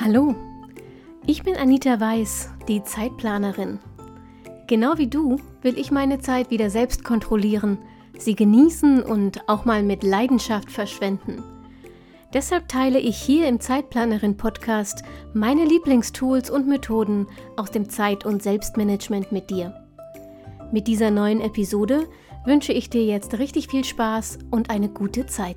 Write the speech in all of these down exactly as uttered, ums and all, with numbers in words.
Hallo, ich bin Anita Weiß, die Zeitplanerin. Genau wie du will ich meine Zeit wieder selbst kontrollieren, sie genießen und auch mal mit Leidenschaft verschwenden. Deshalb teile ich hier im Zeitplanerin-Podcast meine Lieblingstools und Methoden aus dem Zeit- und Selbstmanagement mit dir. Mit dieser neuen Episode wünsche ich dir jetzt richtig viel Spaß und eine gute Zeit.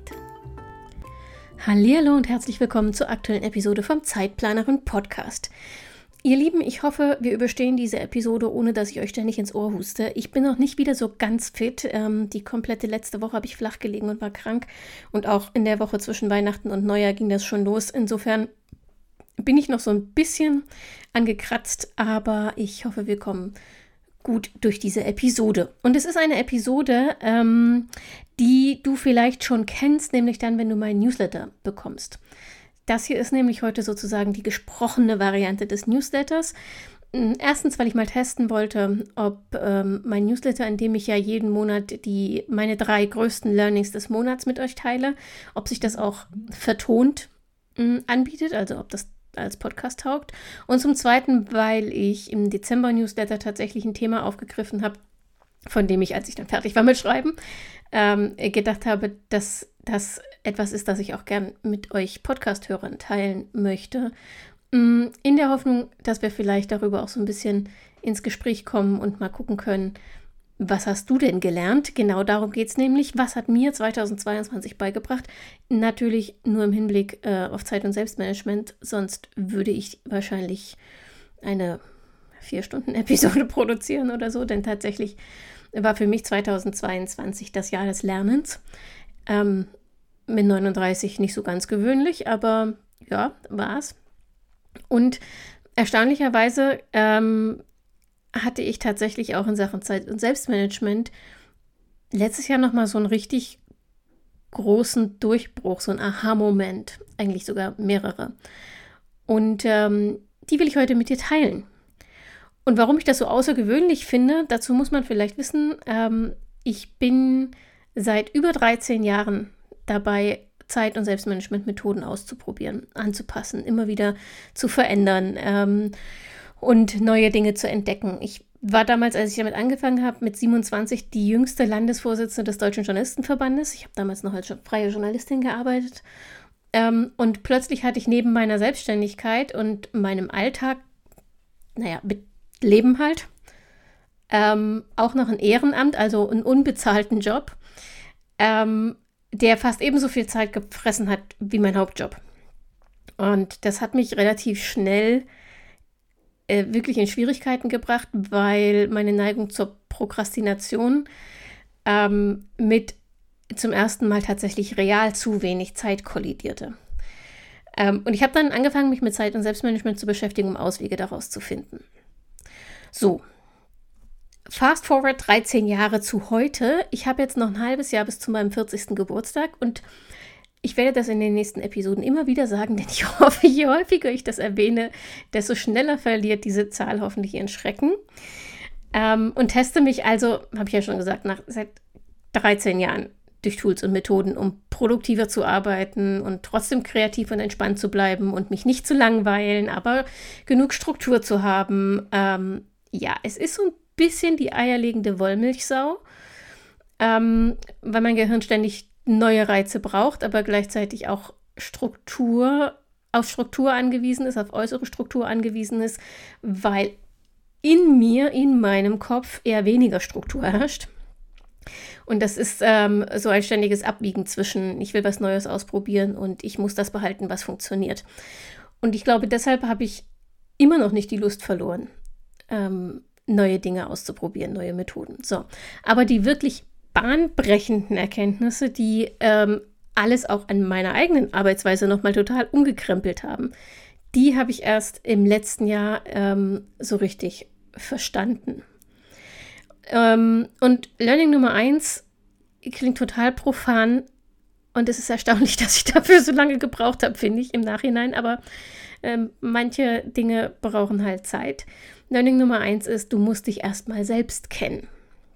Hallihallo und herzlich willkommen zur aktuellen Episode vom Zeitplanerin Podcast. Ihr Lieben, ich hoffe, wir überstehen diese Episode, ohne dass ich euch ständig ins Ohr huste. Ich bin noch nicht wieder so ganz fit. Ähm, die komplette letzte Woche habe ich flach gelegen und war krank. Und auch in der Woche zwischen Weihnachten und Neujahr ging das schon los. Insofern bin ich noch so ein bisschen angekratzt, aber ich hoffe, wir kommen gut durch diese Episode. Und es ist eine Episode, ähm, die du vielleicht schon kennst, nämlich dann, wenn du meinen Newsletter bekommst. Das hier ist nämlich heute sozusagen die gesprochene Variante des Newsletters. Erstens, weil ich mal testen wollte, ob ähm, mein Newsletter, in dem ich ja jeden Monat die meine drei größten Learnings des Monats mit euch teile, ob sich das auch vertont mh, anbietet, also ob das als Podcast taugt. Und zum Zweiten, weil ich im Dezember-Newsletter tatsächlich ein Thema aufgegriffen habe, von dem ich, als ich dann fertig war mit Schreiben, ähm, gedacht habe, dass das etwas ist, das ich auch gern mit euch Podcast-Hörern teilen möchte. In der Hoffnung, dass wir vielleicht darüber auch so ein bisschen ins Gespräch kommen und mal gucken können, was hast du denn gelernt? Genau darum geht es nämlich. Was hat mir zweitausendzweiundzwanzig beigebracht? Natürlich nur im Hinblick äh, auf Zeit- und Selbstmanagement, sonst würde ich wahrscheinlich eine Vier-Stunden-Episode produzieren oder so, denn tatsächlich war für mich zweitausendzweiundzwanzig das Jahr des Lernens. Ähm, mit neununddreißig nicht so ganz gewöhnlich, aber ja, war es. Und erstaunlicherweise ähm, hatte ich tatsächlich auch in Sachen Zeit- und Selbstmanagement letztes Jahr nochmal so einen richtig großen Durchbruch, so einen Aha-Moment, eigentlich sogar mehrere. Und ähm, die will ich heute mit dir teilen. Und warum ich das so außergewöhnlich finde, dazu muss man vielleicht wissen, ähm, ich bin seit über dreizehn Jahren dabei, Zeit- und Selbstmanagement-Methoden auszuprobieren, anzupassen, immer wieder zu verändern ähm, und neue Dinge zu entdecken. Ich war damals, als ich damit angefangen habe, mit siebenundzwanzig die jüngste Landesvorsitzende des Deutschen Journalistenverbandes. Ich habe damals noch als freie Journalistin gearbeitet. Ähm, und plötzlich hatte ich neben meiner Selbstständigkeit und meinem Alltag, naja, mit Leben halt, ähm, auch noch ein Ehrenamt, also einen unbezahlten Job, ähm, der fast ebenso viel Zeit gefressen hat wie mein Hauptjob. Und das hat mich relativ schnell äh, wirklich in Schwierigkeiten gebracht, weil meine Neigung zur Prokrastination ähm, mit zum ersten Mal tatsächlich real zu wenig Zeit kollidierte. Ähm, und ich habe dann angefangen, mich mit Zeit- und Selbstmanagement zu beschäftigen, um Auswege daraus zu finden. So, fast forward dreizehn Jahre zu heute. Ich habe jetzt noch ein halbes Jahr bis zu meinem vierzigsten Geburtstag und ich werde das in den nächsten Episoden immer wieder sagen, denn ich hoffe, je häufiger ich das erwähne, desto schneller verliert diese Zahl hoffentlich ihren Schrecken. Ähm, und teste mich also, habe ich ja schon gesagt, nach seit dreizehn Jahren durch Tools und Methoden, um produktiver zu arbeiten und trotzdem kreativ und entspannt zu bleiben und mich nicht zu langweilen, aber genug Struktur zu haben. Ähm, ja, es ist so ein bisschen die eierlegende Wollmilchsau, ähm, weil mein Gehirn ständig neue Reize braucht, aber gleichzeitig auch Struktur, auf Struktur angewiesen ist, auf äußere Struktur angewiesen ist, weil in mir, in meinem Kopf eher weniger Struktur herrscht. Und das ist ähm, so ein ständiges Abwiegen zwischen, ich will was Neues ausprobieren und ich muss das behalten, was funktioniert. Und ich glaube, deshalb habe ich immer noch nicht die Lust verloren, ähm, neue Dinge auszuprobieren, neue Methoden. So, aber die wirklich bahnbrechenden Erkenntnisse, die ähm, alles auch an meiner eigenen Arbeitsweise nochmal total umgekrempelt haben, die habe ich erst im letzten Jahr ähm, so richtig verstanden. Ähm, und Learning Nummer eins klingt total profan und es ist erstaunlich, dass ich dafür so lange gebraucht habe, finde ich, im Nachhinein, aber ähm, manche Dinge brauchen halt Zeit. Learning Nummer eins ist, du musst dich erstmal selbst kennen.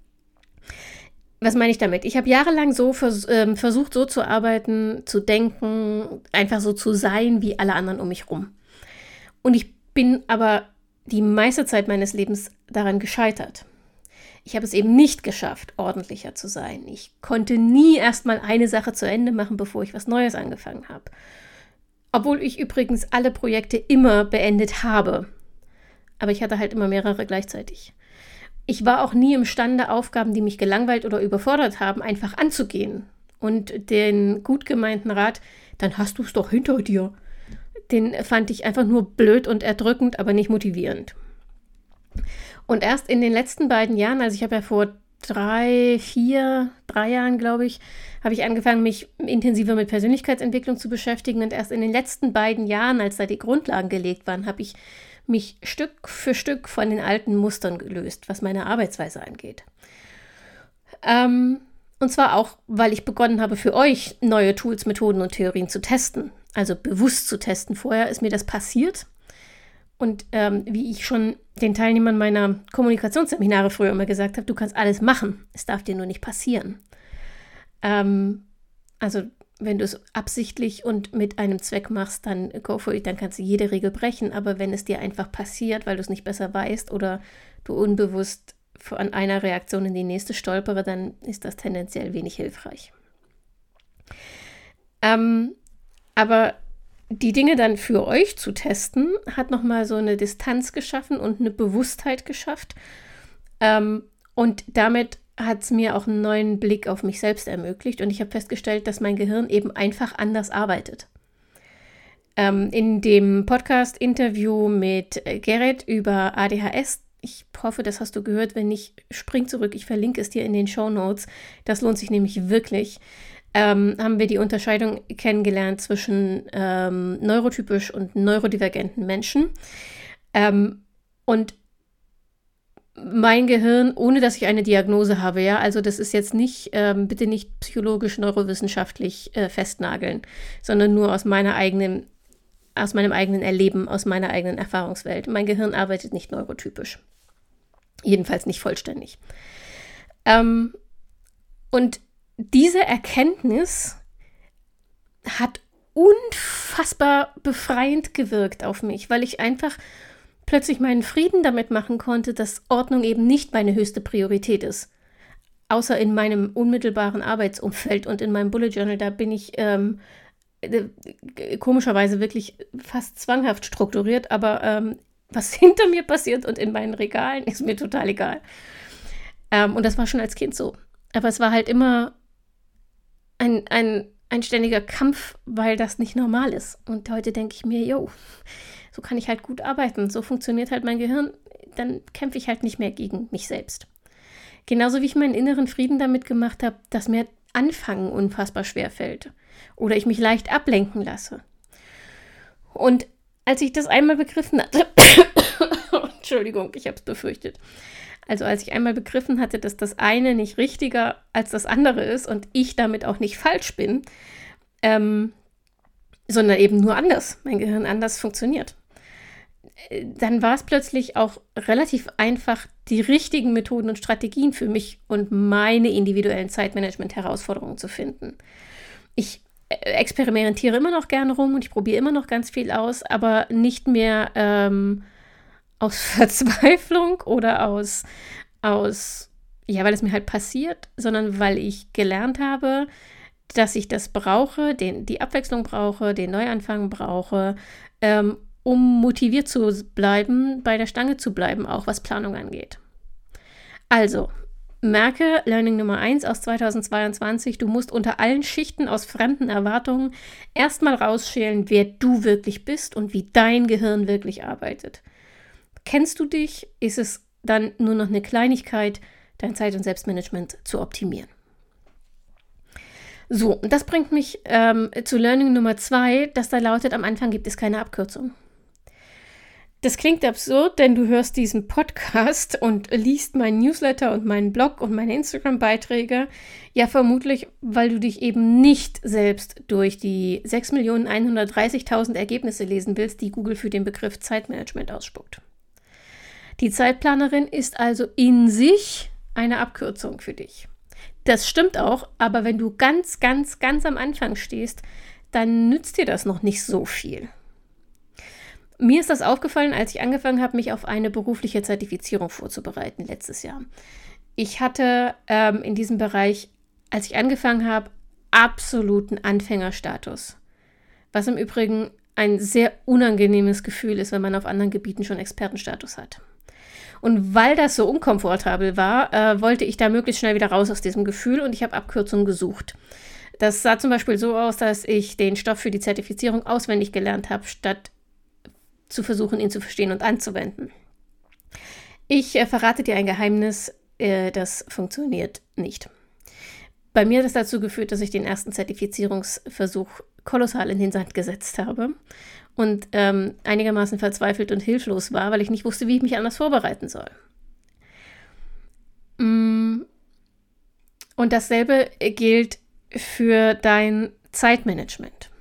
Was meine ich damit? Ich habe jahrelang so vers- ähm, versucht, so zu arbeiten, zu denken, einfach so zu sein wie alle anderen um mich rum. Und ich bin aber die meiste Zeit meines Lebens daran gescheitert. Ich habe es eben nicht geschafft, ordentlicher zu sein. Ich konnte nie erst mal eine Sache zu Ende machen, bevor ich was Neues angefangen habe. Obwohl ich übrigens alle Projekte immer beendet habe. Aber ich hatte halt immer mehrere gleichzeitig. Ich war auch nie imstande, Aufgaben, die mich gelangweilt oder überfordert haben, einfach anzugehen. Und den gut gemeinten Rat, dann hast du es doch hinter dir, den fand ich einfach nur blöd und erdrückend, aber nicht motivierend. Und erst in den letzten beiden Jahren, also ich habe ja vor drei, vier, drei Jahren, glaube ich, habe ich angefangen, mich intensiver mit Persönlichkeitsentwicklung zu beschäftigen. Und erst in den letzten beiden Jahren, als da die Grundlagen gelegt waren, habe ich mich Stück für Stück von den alten Mustern gelöst, was meine Arbeitsweise angeht. Ähm, und zwar auch, weil ich begonnen habe, für euch neue Tools, Methoden und Theorien zu testen. Also bewusst zu testen. Vorher ist mir das passiert. Und ähm, wie ich schon den Teilnehmern meiner Kommunikationsseminare früher immer gesagt habe, du kannst alles machen. Es darf dir nur nicht passieren. Ähm, also wenn du es absichtlich und mit einem Zweck machst, dann go for it, dann kannst du jede Regel brechen. Aber wenn es dir einfach passiert, weil du es nicht besser weißt oder du unbewusst von einer Reaktion in die nächste stolpere, dann ist das tendenziell wenig hilfreich. Ähm, aber die Dinge dann für euch zu testen, hat nochmal so eine Distanz geschaffen und eine Bewusstheit geschafft. Ähm, und damit hat es mir auch einen neuen Blick auf mich selbst ermöglicht. Und ich habe festgestellt, dass mein Gehirn eben einfach anders arbeitet. Ähm, in dem Podcast-Interview mit Gerrit über A D H S, ich hoffe, das hast du gehört. Wenn nicht, spring zurück. Ich verlinke es dir in den Shownotes. Das lohnt sich nämlich wirklich. Ähm, haben wir die Unterscheidung kennengelernt zwischen ähm, neurotypisch und neurodivergenten Menschen. Ähm, und mein Gehirn, ohne dass ich eine Diagnose habe, ja, also das ist jetzt nicht, ähm, bitte nicht psychologisch, neurowissenschaftlich äh, festnageln, sondern nur aus meiner eigenen, aus meinem eigenen Erleben, aus meiner eigenen Erfahrungswelt. Mein Gehirn arbeitet nicht neurotypisch. Jedenfalls nicht vollständig. Ähm, und diese Erkenntnis hat unfassbar befreiend gewirkt auf mich, weil ich einfach plötzlich meinen Frieden damit machen konnte, dass Ordnung eben nicht meine höchste Priorität ist. Außer in meinem unmittelbaren Arbeitsumfeld und in meinem Bullet Journal, da bin ich ähm, äh, komischerweise wirklich fast zwanghaft strukturiert, aber ähm, was hinter mir passiert und in meinen Regalen, ist mir total egal. Ähm, und das war schon als Kind so. Aber es war halt immer Ein, ein, ein ständiger Kampf, weil das nicht normal ist. Und heute denke ich mir, jo, so kann ich halt gut arbeiten. So funktioniert halt mein Gehirn. Dann kämpfe ich halt nicht mehr gegen mich selbst. Genauso wie ich meinen inneren Frieden damit gemacht habe, dass mir Anfangen unfassbar schwer fällt. Oder ich mich leicht ablenken lasse. Und als ich das einmal begriffen hatte, Entschuldigung, ich habe es befürchtet. Also als ich einmal begriffen hatte, dass das eine nicht richtiger als das andere ist und ich damit auch nicht falsch bin, ähm, sondern eben nur anders, mein Gehirn anders funktioniert, dann war es plötzlich auch relativ einfach, die richtigen Methoden und Strategien für mich und meine individuellen Zeitmanagement-Herausforderungen zu finden. Ich experimentiere immer noch gerne rum und ich probiere immer noch ganz viel aus, aber nicht mehr ähm, aus Verzweiflung oder aus, aus, ja, weil es mir halt passiert, sondern weil ich gelernt habe, dass ich das brauche, den, die Abwechslung brauche, den Neuanfang brauche, ähm, um motiviert zu bleiben, bei der Stange zu bleiben, auch was Planung angeht. Also, merke, Learning Nummer eins aus zweitausendzweiundzwanzig, du musst unter allen Schichten aus fremden Erwartungen erstmal rausschälen, wer du wirklich bist und wie dein Gehirn wirklich arbeitet. Kennst du dich, ist es dann nur noch eine Kleinigkeit, dein Zeit- und Selbstmanagement zu optimieren. So, und das bringt mich ähm, zu Learning Nummer zwei, das da lautet, am Anfang gibt es keine Abkürzung. Das klingt absurd, denn du hörst diesen Podcast und liest meinen Newsletter und meinen Blog und meine Instagram-Beiträge, ja vermutlich, weil du dich eben nicht selbst durch die sechs Millionen hundertdreißigtausend Ergebnisse lesen willst, die Google für den Begriff Zeitmanagement ausspuckt. Die Zeitplanerin ist also in sich eine Abkürzung für dich. Das stimmt auch, aber wenn du ganz, ganz, ganz am Anfang stehst, dann nützt dir das noch nicht so viel. Mir ist das aufgefallen, als ich angefangen habe, mich auf eine berufliche Zertifizierung vorzubereiten letztes Jahr. Ich hatte ähm, in diesem Bereich, als ich angefangen habe, absoluten Anfängerstatus. Was im Übrigen ein sehr unangenehmes Gefühl ist, wenn man auf anderen Gebieten schon Expertenstatus hat. Und weil das so unkomfortabel war, äh, wollte ich da möglichst schnell wieder raus aus diesem Gefühl und ich habe Abkürzungen gesucht. Das sah zum Beispiel so aus, dass ich den Stoff für die Zertifizierung auswendig gelernt habe, statt zu versuchen, ihn zu verstehen und anzuwenden. Ich äh, verrate dir ein Geheimnis, äh, das funktioniert nicht. Bei mir hat es dazu geführt, dass ich den ersten Zertifizierungsversuch kolossal in den Sand gesetzt habe und ähm, einigermaßen verzweifelt und hilflos war, weil ich nicht wusste, wie ich mich anders vorbereiten soll. Und dasselbe gilt für dein Zeitmanagement.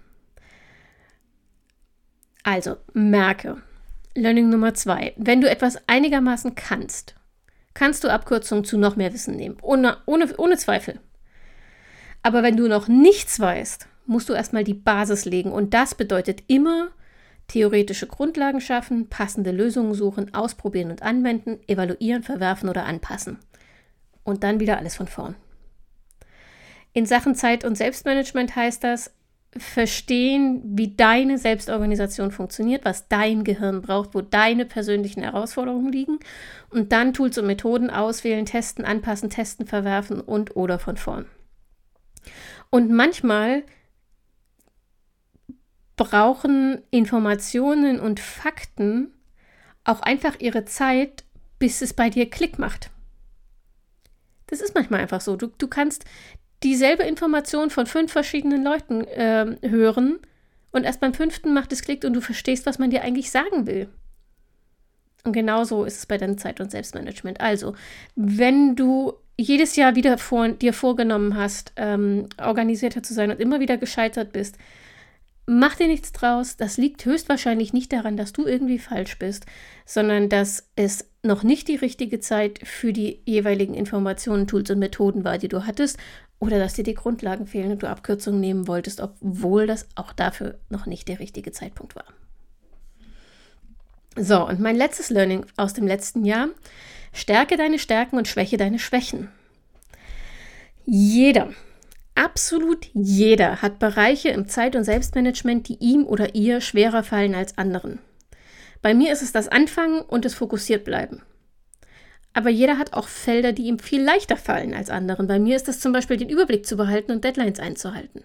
Also, merke, Learning Nummer zwei, wenn du etwas einigermaßen kannst, kannst du Abkürzungen zu noch mehr Wissen nehmen, ohne, ohne, ohne Zweifel. Aber wenn du noch nichts weißt, musst du erstmal die Basis legen und das bedeutet immer theoretische Grundlagen schaffen, passende Lösungen suchen, ausprobieren und anwenden, evaluieren, verwerfen oder anpassen. Und dann wieder alles von vorn. In Sachen Zeit- und Selbstmanagement heißt das, verstehen, wie deine Selbstorganisation funktioniert, was dein Gehirn braucht, wo deine persönlichen Herausforderungen liegen und dann Tools und Methoden auswählen, testen, anpassen, testen, verwerfen und oder von vorn. Und manchmal brauchen Informationen und Fakten auch einfach ihre Zeit, bis es bei dir Klick macht. Das ist manchmal einfach so. Du, du kannst dieselbe Information von fünf verschiedenen Leuten äh, hören und erst beim fünften macht es Klick und du verstehst, was man dir eigentlich sagen will. Und genauso ist es bei deinem Zeit- und Selbstmanagement. Also, wenn du jedes Jahr wieder vor, dir vorgenommen hast, ähm, organisierter zu sein und immer wieder gescheitert bist, mach dir nichts draus. Das liegt höchstwahrscheinlich nicht daran, dass du irgendwie falsch bist, sondern dass es noch nicht die richtige Zeit für die jeweiligen Informationen, Tools und Methoden war, die du hattest, oder dass dir die Grundlagen fehlen und du Abkürzungen nehmen wolltest, obwohl das auch dafür noch nicht der richtige Zeitpunkt war. So, und mein letztes Learning aus dem letzten Jahr: Stärke deine Stärken und schwäche deine Schwächen. Jeder, absolut jeder hat Bereiche im Zeit- und Selbstmanagement, die ihm oder ihr schwerer fallen als anderen. Bei mir ist es das Anfangen und das Fokussiertbleiben. Aber jeder hat auch Felder, die ihm viel leichter fallen als anderen. Bei mir ist das zum Beispiel, den Überblick zu behalten und Deadlines einzuhalten.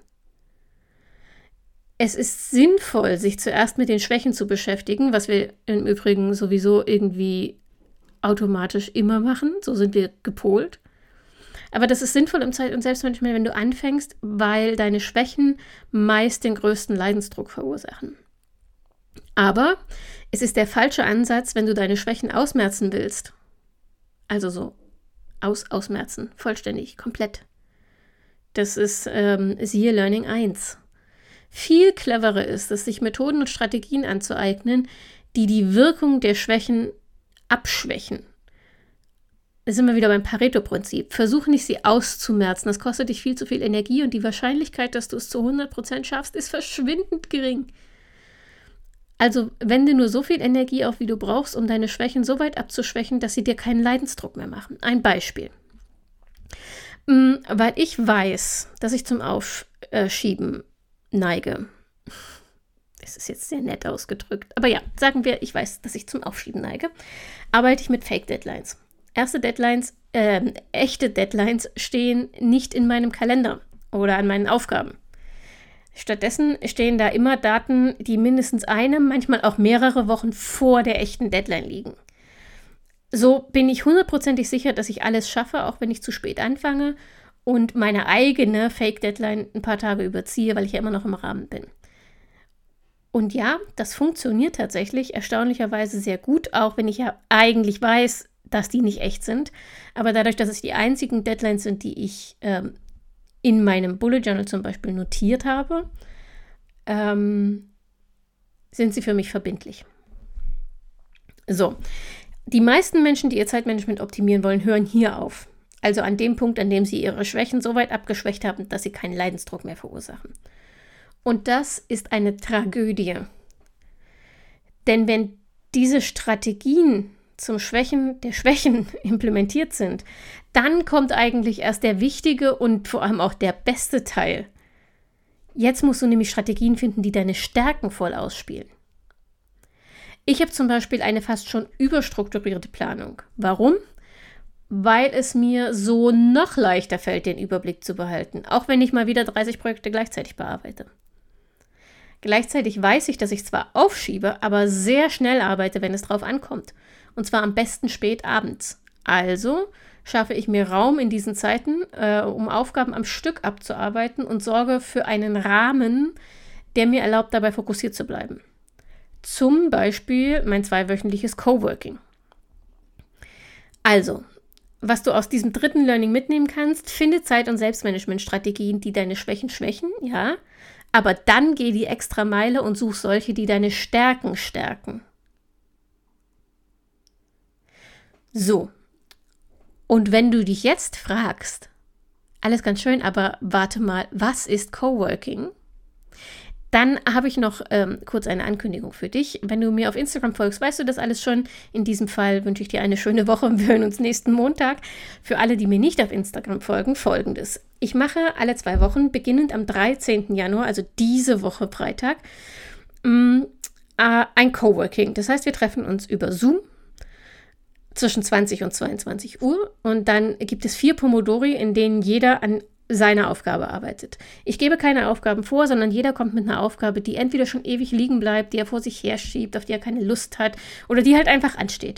Es ist sinnvoll, sich zuerst mit den Schwächen zu beschäftigen, was wir im Übrigen sowieso irgendwie automatisch immer machen. So sind wir gepolt. Aber das ist sinnvoll im Zeit- und Selbstmanagement, wenn du anfängst, weil deine Schwächen meist den größten Leidensdruck verursachen. Aber es ist der falsche Ansatz, wenn du deine Schwächen ausmerzen willst. Also so aus, ausmerzen, vollständig, komplett. Das ist, ähm, siehe Learning eins. Viel cleverer ist es, sich Methoden und Strategien anzueignen, die die Wirkung der Schwächen abschwächen. Da sind wir wieder beim Pareto-Prinzip. Versuch nicht, sie auszumerzen. Das kostet dich viel zu viel Energie und die Wahrscheinlichkeit, dass du es zu hundert Prozent schaffst, ist verschwindend gering. Also wende nur so viel Energie auf, wie du brauchst, um deine Schwächen so weit abzuschwächen, dass sie dir keinen Leidensdruck mehr machen. Ein Beispiel. Weil ich weiß, dass ich zum Aufschieben neige. Das ist jetzt sehr nett ausgedrückt. Aber ja, sagen wir, ich weiß, dass ich zum Aufschieben neige. Arbeite ich mit Fake-Deadlines. Erste Deadlines, äh, echte Deadlines stehen nicht in meinem Kalender oder an meinen Aufgaben. Stattdessen stehen da immer Daten, die mindestens eine, manchmal auch mehrere Wochen vor der echten Deadline liegen. So bin ich hundertprozentig sicher, dass ich alles schaffe, auch wenn ich zu spät anfange und meine eigene Fake-Deadline ein paar Tage überziehe, weil ich ja immer noch im Rahmen bin. Und ja, das funktioniert tatsächlich erstaunlicherweise sehr gut, auch wenn ich ja eigentlich weiß, dass die nicht echt sind. Aber dadurch, dass es die einzigen Deadlines sind, die ich ähm, in meinem Bullet Journal zum Beispiel notiert habe, ähm, sind sie für mich verbindlich. So, die meisten Menschen, die ihr Zeitmanagement optimieren wollen, hören hier auf. Also an dem Punkt, an dem sie ihre Schwächen so weit abgeschwächt haben, dass sie keinen Leidensdruck mehr verursachen. Und das ist eine Tragödie. Denn wenn diese Strategien zum Schwächen der Schwächen implementiert sind, dann kommt eigentlich erst der wichtige und vor allem auch der beste Teil. Jetzt musst du nämlich Strategien finden, die deine Stärken voll ausspielen. Ich habe zum Beispiel eine fast schon überstrukturierte Planung. Warum? Weil es mir so noch leichter fällt, den Überblick zu behalten, auch wenn ich mal wieder dreißig Projekte gleichzeitig bearbeite. Gleichzeitig weiß ich, dass ich zwar aufschiebe, aber sehr schnell arbeite, wenn es drauf ankommt. Und zwar am besten spät abends. Also schaffe ich mir Raum in diesen Zeiten, äh, um Aufgaben am Stück abzuarbeiten und sorge für einen Rahmen, der mir erlaubt, dabei fokussiert zu bleiben. Zum Beispiel mein zweiwöchentliches Coworking. Also, was du aus diesem dritten Learning mitnehmen kannst, finde Zeit- und Selbstmanagement-Strategien, die deine Schwächen schwächen, ja, aber dann geh die extra Meile und such solche, die deine Stärken stärken. So, und wenn du dich jetzt fragst, alles ganz schön, aber warte mal, was ist Coworking? Dann habe ich noch ähm, kurz eine Ankündigung für dich. Wenn du mir auf Instagram folgst, weißt du das alles schon. In diesem Fall wünsche ich dir eine schöne Woche und wir hören uns nächsten Montag. Für alle, die mir nicht auf Instagram folgen, Folgendes. Ich mache alle zwei Wochen, beginnend am dreizehnten Januar, also diese Woche Freitag, ähm, äh, ein Coworking. Das heißt, wir treffen uns über Zoom zwischen zwanzig und zweiundzwanzig Uhr und dann gibt es vier Pomodori, in denen jeder an seiner Aufgabe arbeitet. Ich gebe keine Aufgaben vor, sondern jeder kommt mit einer Aufgabe, die entweder schon ewig liegen bleibt, die er vor sich herschiebt, auf die er keine Lust hat oder die halt einfach ansteht.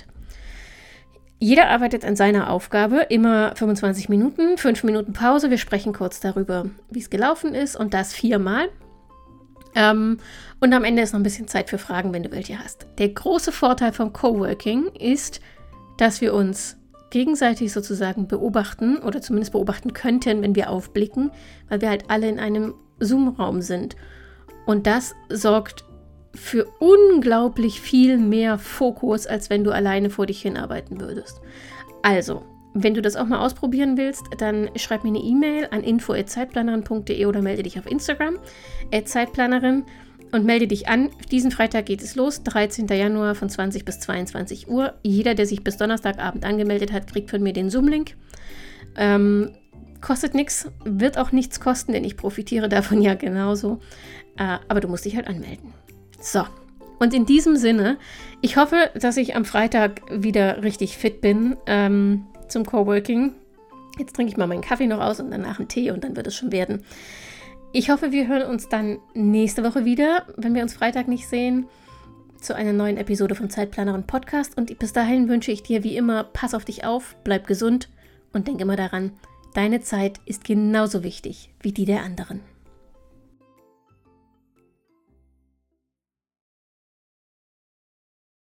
Jeder arbeitet an seiner Aufgabe, immer fünfundzwanzig Minuten, fünf Minuten Pause. Wir sprechen kurz darüber, wie es gelaufen ist und das viermal. Ähm, und am Ende ist noch ein bisschen Zeit für Fragen, wenn du welche hast. Der große Vorteil vom Coworking ist, dass wir uns gegenseitig sozusagen beobachten oder zumindest beobachten könnten, wenn wir aufblicken, weil wir halt alle in einem Zoom-Raum sind. Und das sorgt für unglaublich viel mehr Fokus, als wenn du alleine vor dich hinarbeiten würdest. Also, wenn du das auch mal ausprobieren willst, dann schreib mir eine E-Mail an info at zeitplanerin punkt de oder melde dich auf Instagram at zeitplanerin und melde dich an. Diesen Freitag geht es los, dreizehnten Januar von zwanzig bis zweiundzwanzig Uhr. Jeder, der sich bis Donnerstagabend angemeldet hat, kriegt von mir den Zoom-Link. Ähm, kostet nichts, wird auch nichts kosten, denn ich profitiere davon ja genauso. Äh, aber du musst dich halt anmelden. So, und in diesem Sinne, ich hoffe, dass ich am Freitag wieder richtig fit bin ähm, zum Coworking. Jetzt trinke ich mal meinen Kaffee noch aus und danach einen Tee und dann wird es schon werden. Ich hoffe, wir hören uns dann nächste Woche wieder, wenn wir uns Freitag nicht sehen, zu einer neuen Episode vom Zeitplanerin Podcast. Und bis dahin wünsche ich dir wie immer, pass auf dich auf, bleib gesund und denk immer daran, deine Zeit ist genauso wichtig wie die der anderen.